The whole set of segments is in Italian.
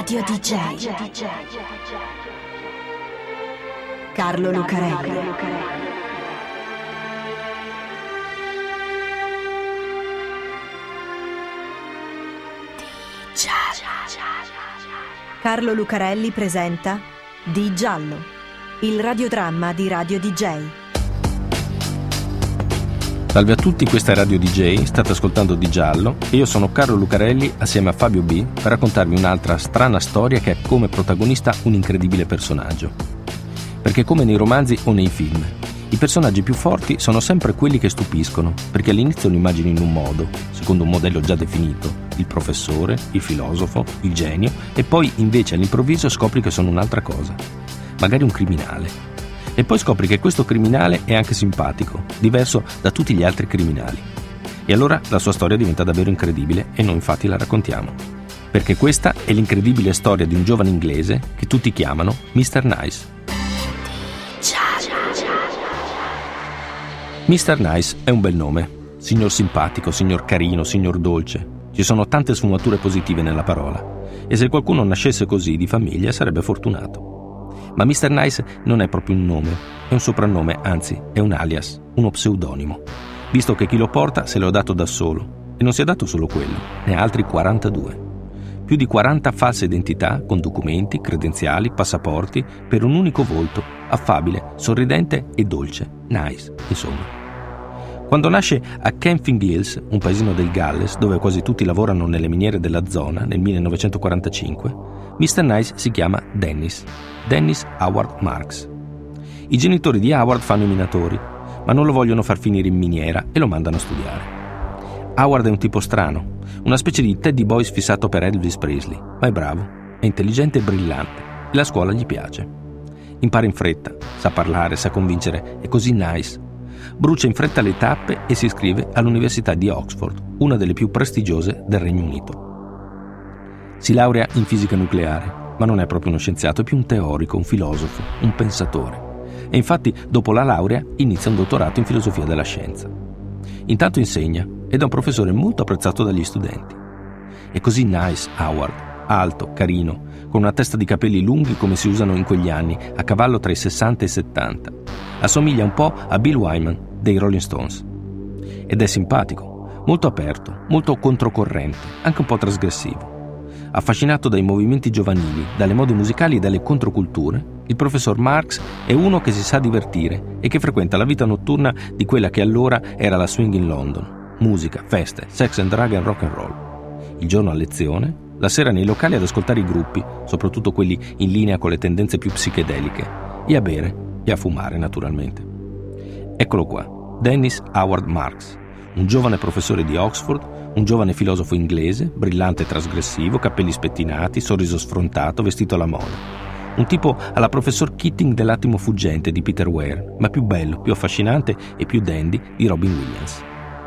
Radio DJ. Carlo Lucarelli. Carlo Lucarelli presenta Di Giallo, il radiodramma di Radio DJ. Salve a tutti, questa è Radio DJ, state ascoltando Di Giallo e io sono Carlo Lucarelli assieme a Fabio B per raccontarvi un'altra strana storia che ha come protagonista un incredibile personaggio. Perché come nei romanzi o nei film, i personaggi più forti sono sempre quelli che stupiscono, perché all'inizio lo immagini in un modo, secondo un modello già definito, il professore, il filosofo, il genio, e poi invece all'improvviso scopri che sono un'altra cosa, magari un criminale. E poi scopri che questo criminale è anche simpatico, diverso da tutti gli altri criminali. E allora la sua storia diventa davvero incredibile e noi infatti la raccontiamo. Perché questa è l'incredibile storia di un giovane inglese che tutti chiamano Mr. Nice. Mr. Nice è un bel nome. Signor simpatico, signor carino, signor dolce. Ci sono tante sfumature positive nella parola. E se qualcuno nascesse così di famiglia sarebbe fortunato. Ma Mr. Nice non è proprio un nome, è un soprannome, anzi è un alias, uno pseudonimo, visto che chi lo porta se lo ha dato da solo, e non si è dato solo quello, ne ha altri 42. Più di 40 false identità con documenti, credenziali, passaporti, per un unico volto, affabile, sorridente e dolce, Nice, insomma. Quando nasce a Camping Hills, un paesino del Galles, dove quasi tutti lavorano nelle miniere della zona, nel 1945, Mr. Nice si chiama Dennis Howard Marks. I genitori di Howard fanno i minatori, ma non lo vogliono far finire in miniera e lo mandano a studiare. Howard è un tipo strano, una specie di Teddy Boy fissato per Elvis Presley, ma è bravo, è intelligente e brillante, e la scuola gli piace. Impara in fretta, sa parlare, sa convincere, è così nice. Brucia in fretta le tappe e si iscrive all'Università di Oxford, una delle più prestigiose del Regno Unito. Si laurea in fisica nucleare, ma non è proprio uno scienziato, è più un teorico, un filosofo, un pensatore. E infatti, dopo la laurea, inizia un dottorato in filosofia della scienza. Intanto insegna ed è un professore molto apprezzato dagli studenti. È così nice Howard, alto, carino, con una testa di capelli lunghi come si usano in quegli anni, a cavallo tra i 60 e i 70. Assomiglia un po' a Bill Wyman dei Rolling Stones. Ed è simpatico, molto aperto, molto controcorrente, anche un po' trasgressivo. Affascinato dai movimenti giovanili, dalle mode musicali e dalle controculture, il professor Marks è uno che si sa divertire e che frequenta la vita notturna di quella che allora era la swing in London. Musica, feste, sex and drug and rock and roll. Il giorno a lezione, la sera nei locali ad ascoltare i gruppi, soprattutto quelli in linea con le tendenze più psichedeliche, e a bere e a fumare naturalmente. Eccolo qua, Dennis Howard Marks, un giovane professore di Oxford, un giovane filosofo inglese, brillante e trasgressivo, capelli spettinati, sorriso sfrontato, vestito alla moda. Un tipo alla professor Keating dell'Attimo fuggente di Peter Ware, ma più bello, più affascinante e più dandy di Robin Williams.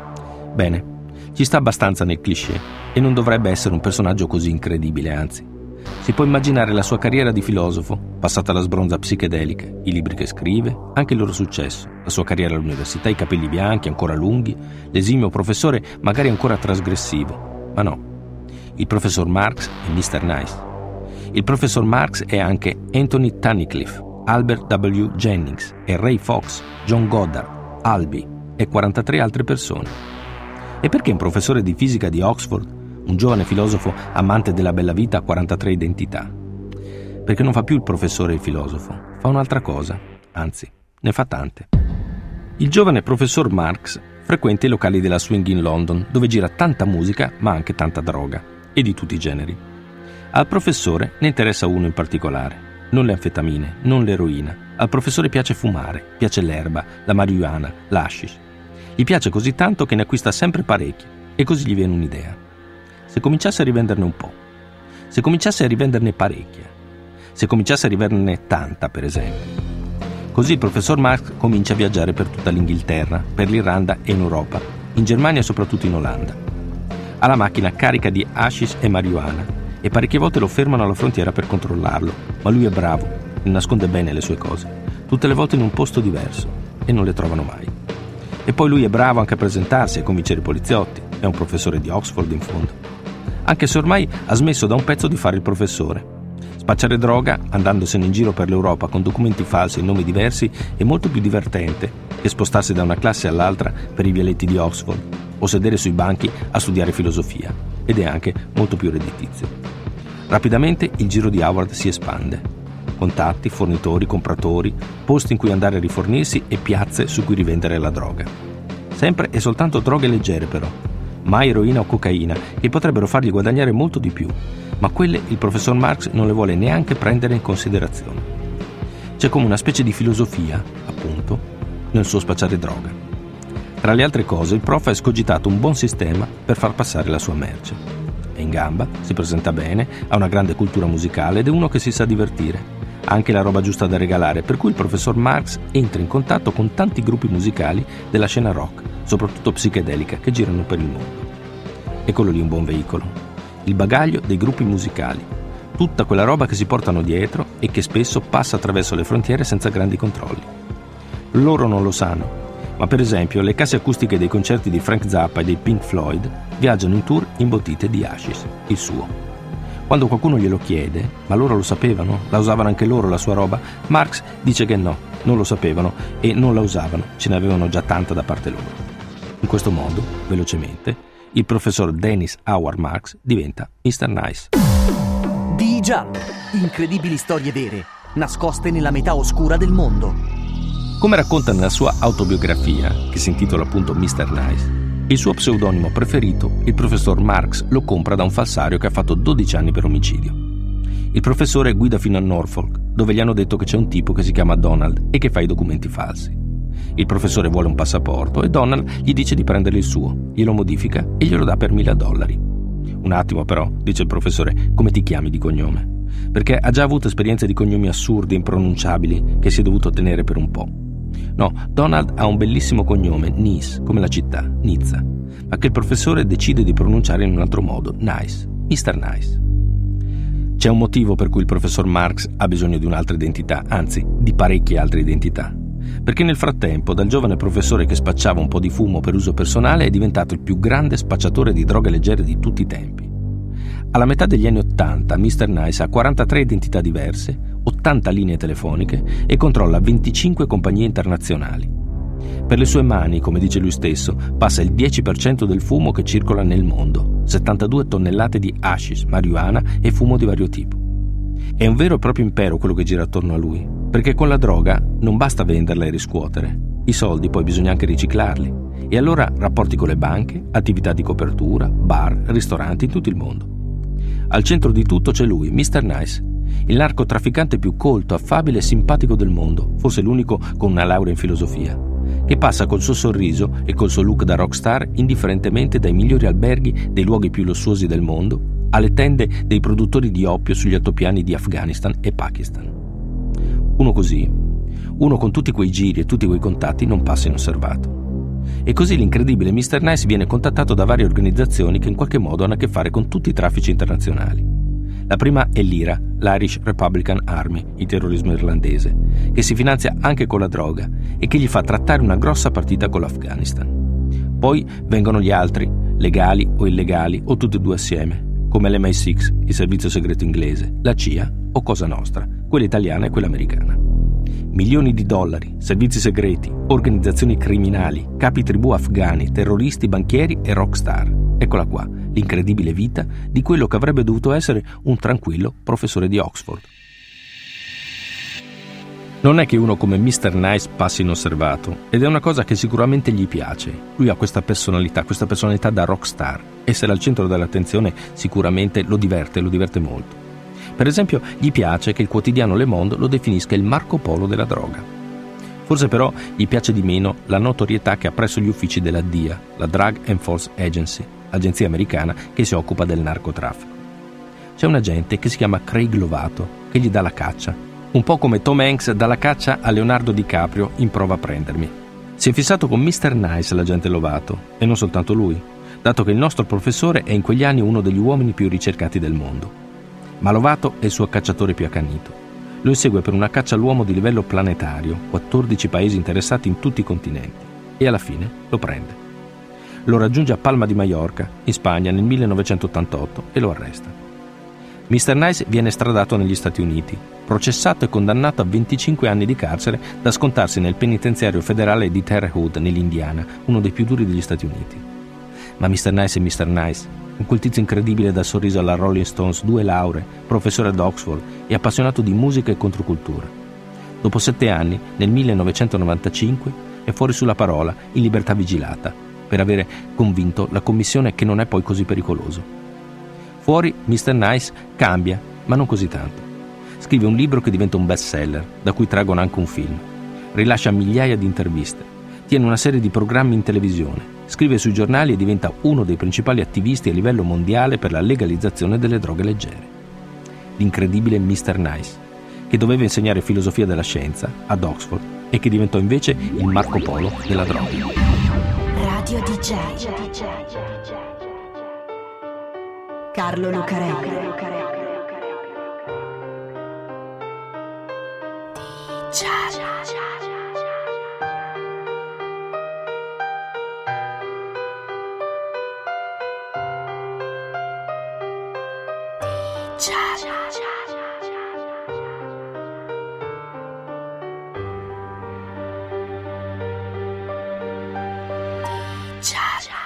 Bene, ci sta abbastanza nel cliché e non dovrebbe essere un personaggio così incredibile, anzi. Si può immaginare la sua carriera di filosofo, passata alla sbronza psichedelica, i libri che scrive, anche il loro successo, la sua carriera all'università, i capelli bianchi ancora lunghi, l'esimio professore magari ancora trasgressivo. Ma no, il professor Marks è Mr. Nice. Il professor Marks è anche Anthony Tunnicliffe, Albert W. Jennings e Ray Fox, John Goddard, Albee e 43 altre persone. E perché un professore di fisica di Oxford, un giovane filosofo amante della bella vita, ha 43 identità? Perché non fa più il professore e il filosofo, fa un'altra cosa, anzi, ne fa tante. Il giovane professor Marks frequenta i locali della swing in London, dove gira tanta musica ma anche tanta droga, e di tutti i generi. Al professore ne interessa uno in particolare, non le anfetamine, non l'eroina. Al professore piace fumare, piace l'erba, la marijuana, l'hashish. Gli piace così tanto che ne acquista sempre parecchi, e così gli viene un'idea. Se cominciasse a rivenderne un po', se cominciasse a rivenderne parecchie, se cominciasse a rivenderne tanta, per esempio. Così il professor Marx comincia a viaggiare per tutta l'Inghilterra, per l'Irlanda e in Europa, in Germania e soprattutto in Olanda. Ha la macchina carica di hashish e marijuana e parecchie volte lo fermano alla frontiera per controllarlo, ma lui è bravo e nasconde bene le sue cose, tutte le volte in un posto diverso, e non le trovano mai. E poi lui è bravo anche a presentarsi e a convincere i poliziotti, è un professore di Oxford in fondo. anche se ormai ha smesso da un pezzo di fare il professore. Spacciare droga, andandosene in giro per l'Europa con documenti falsi e nomi diversi, è molto più divertente che spostarsi da una classe all'altra per i vialetti di Oxford o sedere sui banchi a studiare filosofia, ed è anche molto più redditizio. Rapidamente il giro di Howard si espande. Contatti, fornitori, compratori, posti in cui andare a rifornirsi e piazze su cui rivendere la droga. Sempre e soltanto droghe leggere però, mai eroina o cocaina, che potrebbero fargli guadagnare molto di più, ma quelle il professor Marx non le vuole neanche prendere in considerazione. C'è come una specie di filosofia, appunto, nel suo spacciare droga. Tra le altre cose, il prof ha escogitato un buon sistema per far passare la sua merce. È in gamba, si presenta bene, ha una grande cultura musicale ed è uno che si sa divertire. Ha anche la roba giusta da regalare, per cui il professor Marx entra in contatto con tanti gruppi musicali della scena rock, soprattutto psichedelica, che girano per il mondo. Eccolo lì un buon veicolo. Il bagaglio dei gruppi musicali, tutta quella roba che si portano dietro e che spesso passa attraverso le frontiere senza grandi controlli. Loro non lo sanno, ma per esempio le casse acustiche dei concerti di Frank Zappa e dei Pink Floyd viaggiano in tour imbottite di hashish, il suo. Quando qualcuno glielo chiede, ma loro lo sapevano? La usavano anche loro la sua roba? Marx dice che no, non lo sapevano e non la usavano, ce ne avevano già tanta da parte loro. In questo modo, velocemente, il professor Dennis Howard Marx diventa Mr. Nice. Di Giallo, incredibili storie vere, nascoste nella metà oscura del mondo. Come racconta nella sua autobiografia, che si intitola appunto Mr. Nice, il suo pseudonimo preferito, il professor Marx, lo compra da un falsario che ha fatto 12 anni per omicidio. Il professore guida fino a Norfolk, dove gli hanno detto che c'è un tipo che si chiama Donald e che fa i documenti falsi. Il professore vuole un passaporto e Donald gli dice di prendere il suo, glielo modifica e glielo dà per $1.000. Un attimo però, dice il professore, come ti chiami di cognome? Perché ha già avuto esperienze di cognomi assurdi e impronunciabili che si è dovuto tenere per un po'. No, Donald ha un bellissimo cognome, Nice, come la città, Nizza, ma che il professore decide di pronunciare in un altro modo, Nice, Mr. Nice. C'è un motivo per cui il professor Marx ha bisogno di un'altra identità, anzi, di parecchie altre identità. Perché nel frattempo, dal giovane professore che spacciava un po' di fumo per uso personale, è diventato il più grande spacciatore di droghe leggere di tutti i tempi. Alla metà degli anni 80, Mr. Nice ha 43 identità diverse, 80 linee telefoniche e controlla 25 compagnie internazionali. Per le sue mani, come dice lui stesso, passa il 10% del fumo che circola nel mondo, 72 tonnellate di hashish, marijuana e fumo di vario tipo. È un vero e proprio impero quello che gira attorno a lui, perché con la droga non basta venderla e riscuotere. I soldi poi bisogna anche riciclarli. E allora rapporti con le banche, attività di copertura, bar, ristoranti in tutto il mondo. Al centro di tutto c'è lui, Mr. Nice, il narcotrafficante più colto, affabile e simpatico del mondo, forse l'unico con una laurea in filosofia, che passa col suo sorriso e col suo look da rockstar indifferentemente dai migliori alberghi dei luoghi più lussuosi del mondo alle tende dei produttori di oppio sugli altopiani di Afghanistan e Pakistan. Uno così, uno con tutti quei giri e tutti quei contatti, non passa inosservato. E così l'incredibile Mr. Nice viene contattato da varie organizzazioni che in qualche modo hanno a che fare con tutti i traffici internazionali. La prima è l'IRA, l'Irish Republican Army, il terrorismo irlandese, che si finanzia anche con la droga e che gli fa trattare una grossa partita con l'Afghanistan. Poi vengono gli altri, legali o illegali o tutti e due assieme, come l'MI6, il servizio segreto inglese, la CIA o Cosa Nostra, quella italiana e quella americana. Milioni di dollari, servizi segreti, organizzazioni criminali, capi tribù afghani, terroristi, banchieri e rockstar. Eccola qua, l'incredibile vita di quello che avrebbe dovuto essere un tranquillo professore di Oxford. Non è che uno come Mr. Nice passi inosservato, ed è una cosa che sicuramente gli piace. Lui ha questa personalità da rockstar. Essere al centro dell'attenzione sicuramente lo diverte molto. Per esempio, gli piace che il quotidiano Le Monde lo definisca il Marco Polo della droga. Forse però gli piace di meno la notorietà che ha presso gli uffici della DEA, la Drug Enforcement Agency, agenzia americana che si occupa del narcotraffico. C'è un agente che si chiama Craig Lovato che gli dà la caccia, un po' come Tom Hanks dà la caccia a Leonardo DiCaprio in Prova a prendermi. Si è fissato con Mr. Nice l'agente Lovato, e non soltanto lui, dato che il nostro professore è in quegli anni uno degli uomini più ricercati del mondo. Ma Lovato è il suo cacciatore più accanito. Lo insegue per una caccia all'uomo di livello planetario, 14 paesi interessati in tutti i continenti, e alla fine lo prende. lo raggiunge a Palma di Mallorca, in Spagna, nel 1988 e lo arresta. Mr. Nice viene estradato negli Stati Uniti, processato e condannato a 25 anni di carcere da scontarsi nel penitenziario federale di Terre Haute, nell'Indiana, uno dei più duri degli Stati Uniti. Ma Mr. Nice è Mr. Nice, con quel tizio incredibile dal sorriso alla Rolling Stones, 2 lauree, professore ad Oxford e appassionato di musica e controcultura. Dopo 7 anni, nel 1995, è fuori sulla parola, in libertà vigilata, per avere convinto la commissione che non è poi così pericoloso. Fuori, Mr. Nice cambia, ma non così tanto. Scrive un libro che diventa un bestseller, da cui traggono anche un film. Rilascia migliaia di interviste. Tiene una serie di programmi in televisione. Scrive sui giornali e diventa uno dei principali attivisti a livello mondiale per la legalizzazione delle droghe leggere. L'incredibile Mr. Nice, che doveva insegnare filosofia della scienza ad Oxford e che diventò invece il Marco Polo della droga. Radio DJ. Carlo Lucarelli. Cha-cha.